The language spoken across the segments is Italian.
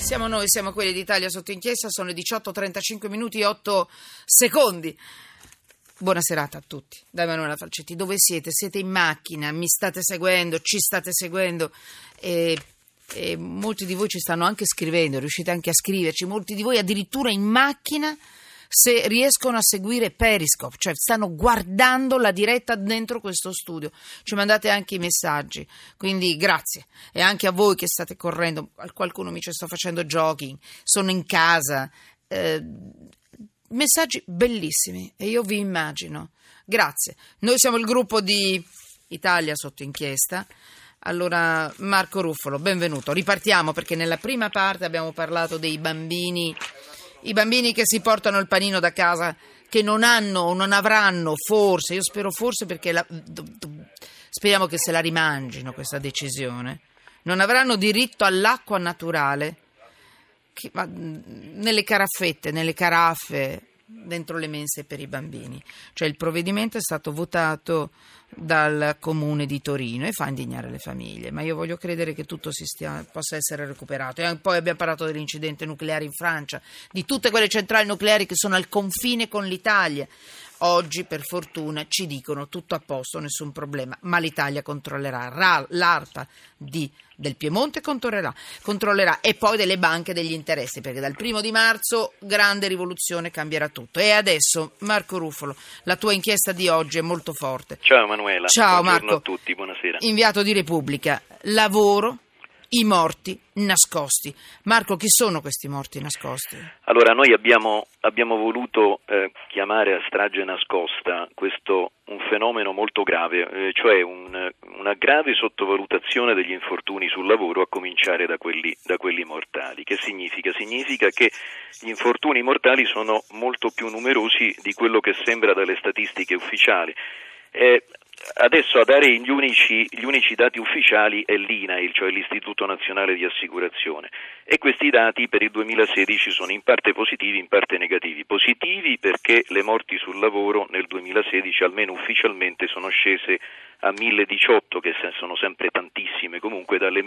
Siamo noi, siamo quelli d'Italia sotto inchiesta, sono le 18:35 minuti e 8 secondi. Buona serata a tutti, da Emanuela Falcetti. Dove siete? Siete in macchina? Mi state seguendo? Ci state seguendo? E molti di voi ci stanno anche scrivendo, riuscite anche a scriverci, molti di voi addirittura in macchina, se riescono a seguire Periscope, cioè stanno guardando la diretta dentro questo studio. Ci mandate anche i messaggi, quindi grazie. E anche a voi che state correndo, qualcuno mi dice sto facendo jogging, sono in casa, messaggi bellissimi e io vi immagino. Grazie. Noi siamo il gruppo di Italia sotto inchiesta. Allora, Marco Ruffolo, benvenuto. Ripartiamo perché nella prima parte abbiamo parlato dei bambini, i bambini che si portano il panino da casa, che non hanno o non avranno, forse, io spero forse perché speriamo che se la rimangino questa decisione, non avranno diritto all'acqua naturale nelle caraffette, nelle caraffe, dentro le mense per i bambini. Cioè il provvedimento è stato votato dal Comune di Torino e fa indignare le famiglie, ma io voglio credere che tutto possa essere recuperato. E poi abbiamo parlato dell'incidente nucleare in Francia, di tutte quelle centrali nucleari che sono al confine con l'Italia. Oggi per fortuna ci dicono tutto a posto, nessun problema, ma l'Italia controllerà, l'ARPA del Piemonte controllerà e poi delle banche degli interessi, perché dal 1° marzo grande rivoluzione, cambierà tutto. E adesso Marco Ruffolo, la tua inchiesta di oggi è molto forte. Ciao Emanuela. Ciao buongiorno Marco. a tutti, buonasera. Inviato di Repubblica, lavoro, i morti nascosti. Marco, chi sono questi morti nascosti? Allora, noi abbiamo voluto chiamare a strage nascosta questo un fenomeno molto grave, cioè una grave sottovalutazione degli infortuni sul lavoro, a cominciare da quelli mortali. Che significa? Significa che gli infortuni mortali sono molto più numerosi di quello che sembra dalle statistiche ufficiali. Adesso a dare gli unici dati ufficiali è l'INAIL, cioè l'Istituto Nazionale di Assicurazione, e questi dati per il 2016 sono in parte positivi, in parte negativi. Positivi perché le morti sul lavoro nel 2016, almeno ufficialmente, sono scese a 1018, che sono sempre tantissime, comunque dalle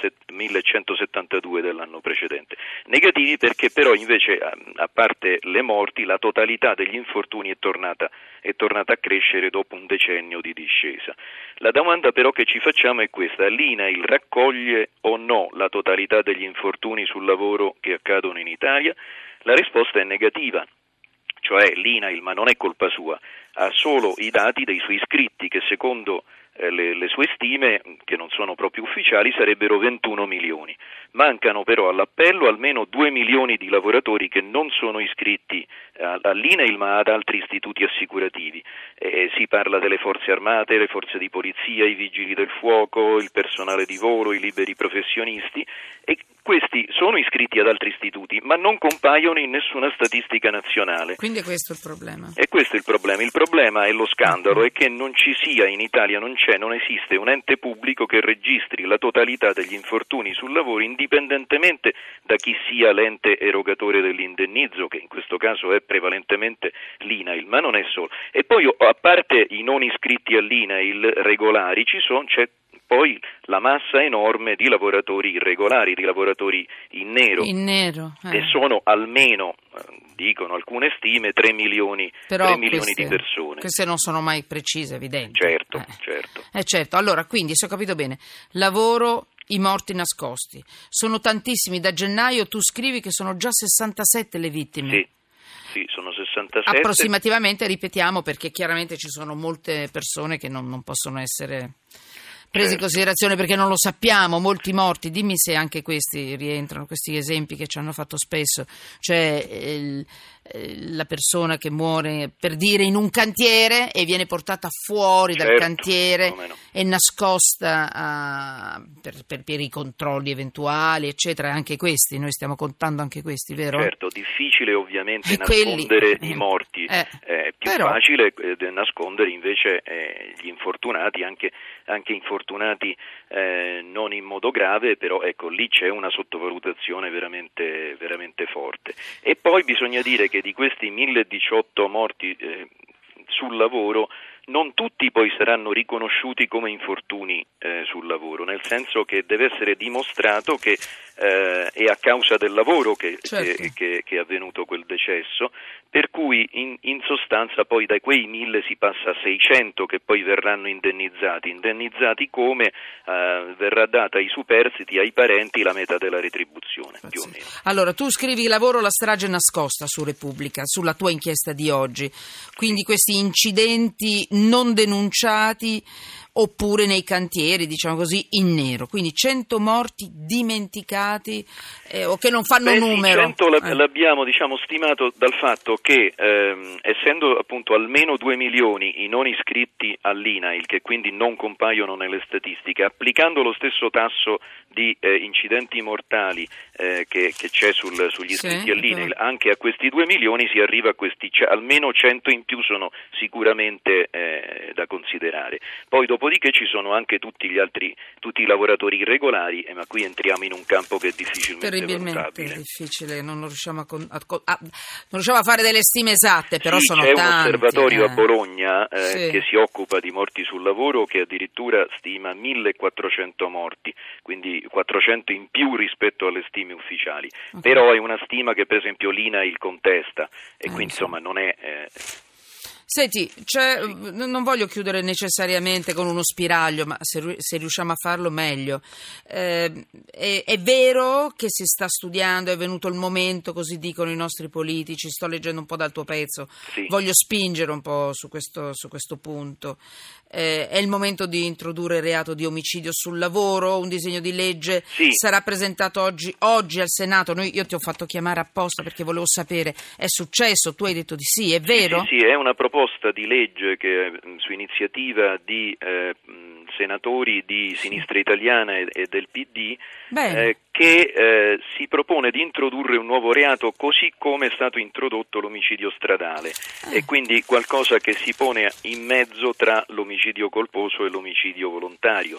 1172 dell'anno precedente. Negativi perché però invece, a parte le morti, la totalità degli infortuni è tornata a crescere dopo un decennio di discesa. La domanda però che ci facciamo è questa: l'INAIL raccoglie o no la totalità degli infortuni sul lavoro che accadono in Italia? La risposta è negativa. Cioè l'INAIL, ma non è colpa sua, ha solo i dati dei suoi iscritti che secondo le sue stime, che non sono proprio ufficiali, sarebbero 21 milioni. Mancano però all'appello almeno 2 milioni di lavoratori che non sono iscritti all'INAIL ma ad altri istituti assicurativi. Si parla delle forze armate, le forze di polizia, i vigili del fuoco, il personale di volo, i liberi professionisti, e questi sono iscritti ad altri istituti ma non compaiono in nessuna statistica nazionale. Quindi è questo il problema. E questo è il problema. Il problema è lo scandalo, è che non ci sia in Italia, non esiste un ente pubblico che registri la totalità degli infortuni sul lavoro indipendentemente da chi sia l'ente erogatore dell'indennizzo, che in questo caso è prevalentemente l'INAIL, ma non è solo. E poi, a parte i non iscritti all'INAIL regolari, c'è poi la massa enorme di lavoratori irregolari, di lavoratori in nero. E sono almeno, dicono alcune stime, 3 milioni di persone. Queste non sono mai precise, evidenti. Certo. Certo. Allora, quindi, se ho capito bene, lavoro, i morti nascosti. Sono tantissimi. Da gennaio tu scrivi che sono già 67 le vittime. Sì, sono 67. Approssimativamente, ripetiamo, perché chiaramente ci sono molte persone che non possono essere presi in considerazione perché non lo sappiamo. Molti morti, dimmi se anche questi rientrano, questi esempi che ci hanno fatto spesso, cioè la persona che muore, per dire, in un cantiere e viene portata fuori dal cantiere e nascosta per i controlli eventuali, eccetera. Anche questi, noi stiamo contando anche questi, vero? Certo, difficile ovviamente nascondere i morti, più facile nascondere invece gli infortunati, anche infortunati non in modo grave, però ecco, lì c'è una sottovalutazione veramente, veramente forte. E poi bisogna dire che di questi 1018 morti sul lavoro non tutti poi saranno riconosciuti come infortuni sul lavoro, nel senso che deve essere dimostrato che è a causa del lavoro che è avvenuto quel decesso, per cui in sostanza poi da quei 1.000 si passa a 600 che poi verranno indennizzati come verrà data ai superstiti, ai parenti, la metà della retribuzione, più o meno. Allora, tu scrivi lavoro la strage nascosta su Repubblica, sulla tua inchiesta di oggi, quindi questi incidenti non denunciati oppure nei cantieri, diciamo così, in nero, quindi 100 morti dimenticati o che non fanno numero. 100 l'abbiamo stimato dal fatto che essendo appunto almeno 2 milioni i non iscritti all'INAIL, che quindi non compaiono nelle statistiche, applicando lo stesso tasso di incidenti mortali che c'è sugli iscritti all'INAIL, anche a questi 2 milioni si arriva a questi, almeno 100 in più sono sicuramente da considerare. Poi dopodiché ci sono anche tutti i lavoratori irregolari, ma qui entriamo in un campo che è difficilmente valutabile. Difficile, non riusciamo a fare delle stime esatte, però sono tanti. C'è un osservatorio a Bologna che si occupa di morti sul lavoro, che addirittura stima 1.400 morti, quindi 400 in più rispetto alle stime ufficiali. Però è una stima che per esempio l'INAIL contesta e quindi insomma non è... Senti, non voglio chiudere necessariamente con uno spiraglio, ma se riusciamo a farlo meglio. È vero che si sta studiando, è venuto il momento, così dicono i nostri politici, sto leggendo un po' dal tuo pezzo, voglio spingere un po' su questo punto. È il momento di introdurre il reato di omicidio sul lavoro, un disegno di legge sarà presentato oggi al Senato. Io ti ho fatto chiamare apposta perché volevo sapere, è successo? Tu hai detto di sì, è vero? Sì, è una proposta di legge che su iniziativa di senatori di Sinistra Italiana e del PD che si propone di introdurre un nuovo reato così come è stato introdotto l'omicidio stradale e quindi qualcosa che si pone in mezzo tra l'omicidio colposo e l'omicidio volontario.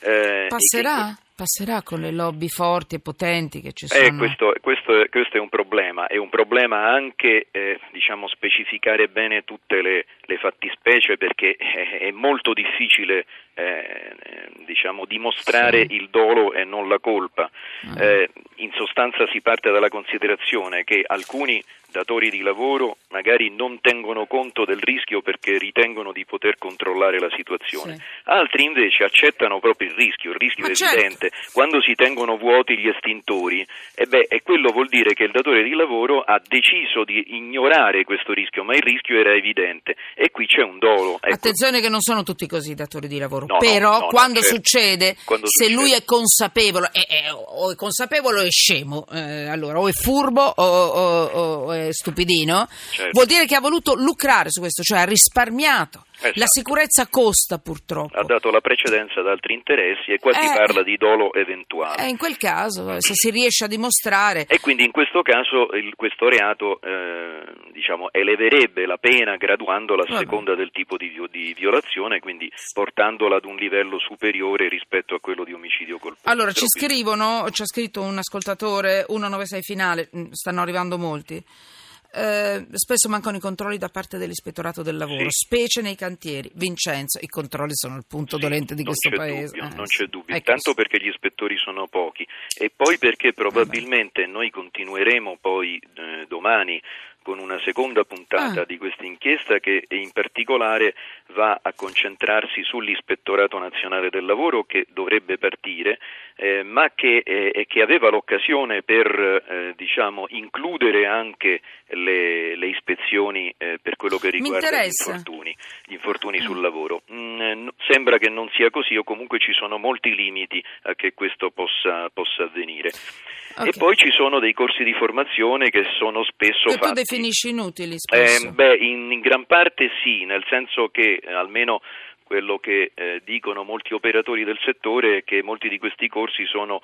Passerà con le lobby forti e potenti che ci sono. Questo è un problema anche specificare bene tutte le fattispecie, perché è molto difficile dimostrare il dolo e non la colpa. In sostanza si parte dalla considerazione che alcuni datori di lavoro magari non tengono conto del rischio perché ritengono di poter controllare la situazione. Altri invece accettano proprio il rischio è evidente. Quando si tengono vuoti gli estintori, e quello vuol dire che il datore di lavoro ha deciso di ignorare questo rischio, ma il rischio era evidente e qui c'è un dolo. Attenzione che non sono tutti così i datori di lavoro, però quando succede, se lui è consapevole, o è consapevole o è scemo, allora o è furbo o è stupidino, vuol dire che ha voluto lucrare su questo, cioè ha risparmiato. La sicurezza costa, purtroppo. Ha dato la precedenza ad altri interessi e qua si parla di dolo eventuale. In quel caso, se si riesce a dimostrare... E quindi in questo caso questo reato eleverebbe la pena graduandola a seconda del tipo di violazione, quindi portandola ad un livello superiore rispetto a quello di omicidio colposo. Allora, ci ha scritto un ascoltatore, 196 finale, stanno arrivando molti. Spesso mancano i controlli da parte dell'ispettorato del lavoro, specie nei cantieri. Vincenzo, i controlli sono il punto dolente di questo paese. Non c'è dubbio, tanto perché gli ispettori sono pochi e poi perché probabilmente noi continueremo poi domani con una seconda puntata di questa inchiesta che in particolare va a concentrarsi sull'Ispettorato Nazionale del Lavoro, che dovrebbe partire, ma che aveva l'occasione per includere anche le ispezioni per quello che riguarda gli infortuni sul lavoro. Sembra che non sia così, o comunque ci sono molti limiti a che questo possa avvenire. E poi ci sono dei corsi di formazione che sono spesso che fatti. Tu definisci inutili spesso? In gran parte sì, nel senso che almeno quello che dicono molti operatori del settore è che molti di questi corsi sono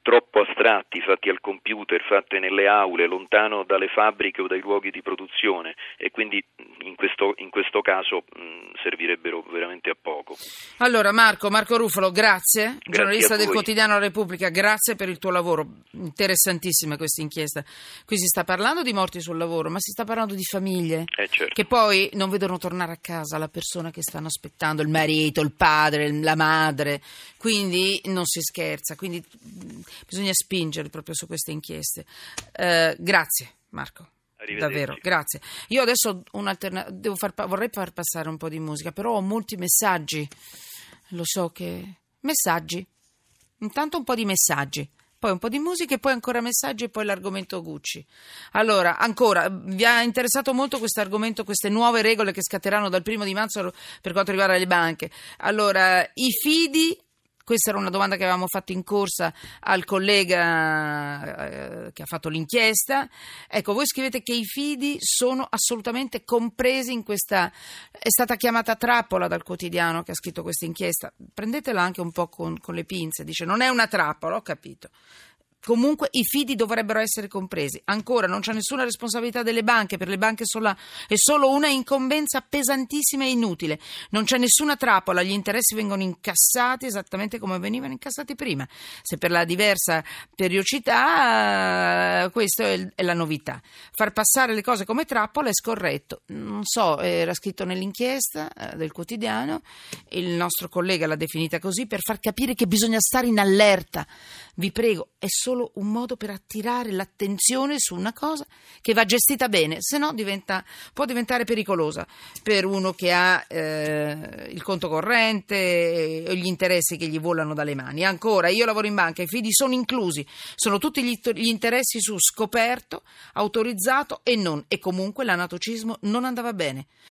troppo astratti, fatti al computer, fatti nelle aule, lontano dalle fabbriche o dai luoghi di produzione, e quindi in questo caso servirebbero veramente a poco. Allora Marco Ruffolo, grazie giornalista del voi. quotidiano La Repubblica, grazie per il tuo lavoro, interessantissima questa inchiesta. Qui si sta parlando di morti sul lavoro, ma si sta parlando di famiglie Certo. che poi non vedono tornare a casa la persona che stanno aspettando, il marito, il padre, la madre, quindi non si scherza, quindi bisogna spingere proprio su queste inchieste. Grazie Marco. Davvero, grazie. Io adesso vorrei far passare un po' di musica, però ho molti messaggi. Lo so che... Messaggi. Intanto un po' di messaggi, poi un po' di musica e poi ancora messaggi e poi l'argomento Gucci. Allora, ancora, vi ha interessato molto questo argomento, queste nuove regole che scatteranno dal 1 marzo per quanto riguarda le banche. Allora, i fidi... Questa era una domanda che avevamo fatto in corsa al collega che ha fatto l'inchiesta. Ecco, voi scrivete che i fidi sono assolutamente compresi in questa... È stata chiamata trappola dal quotidiano che ha scritto questa inchiesta. Prendetela anche un po' con le pinze. Dice, non è una trappola, ho capito. Comunque i fidi dovrebbero essere compresi. Ancora non c'è nessuna responsabilità delle banche, per le banche è solo una incombenza pesantissima e inutile. Non c'è nessuna trappola, gli interessi vengono incassati esattamente come venivano incassati prima. Se per la diversa periodicità, questa è la novità. Far passare le cose come trappola è scorretto. Non so, era scritto nell'inchiesta del quotidiano, il nostro collega l'ha definita così per far capire che bisogna stare in allerta. Vi prego, è solo un modo per attirare l'attenzione su una cosa che va gestita bene, se no può diventare pericolosa per uno che ha il conto corrente e gli interessi che gli volano dalle mani. Ancora, io lavoro in banca, i fidi sono inclusi, sono tutti gli interessi su scoperto, autorizzato e non, e comunque l'anatocismo non andava bene.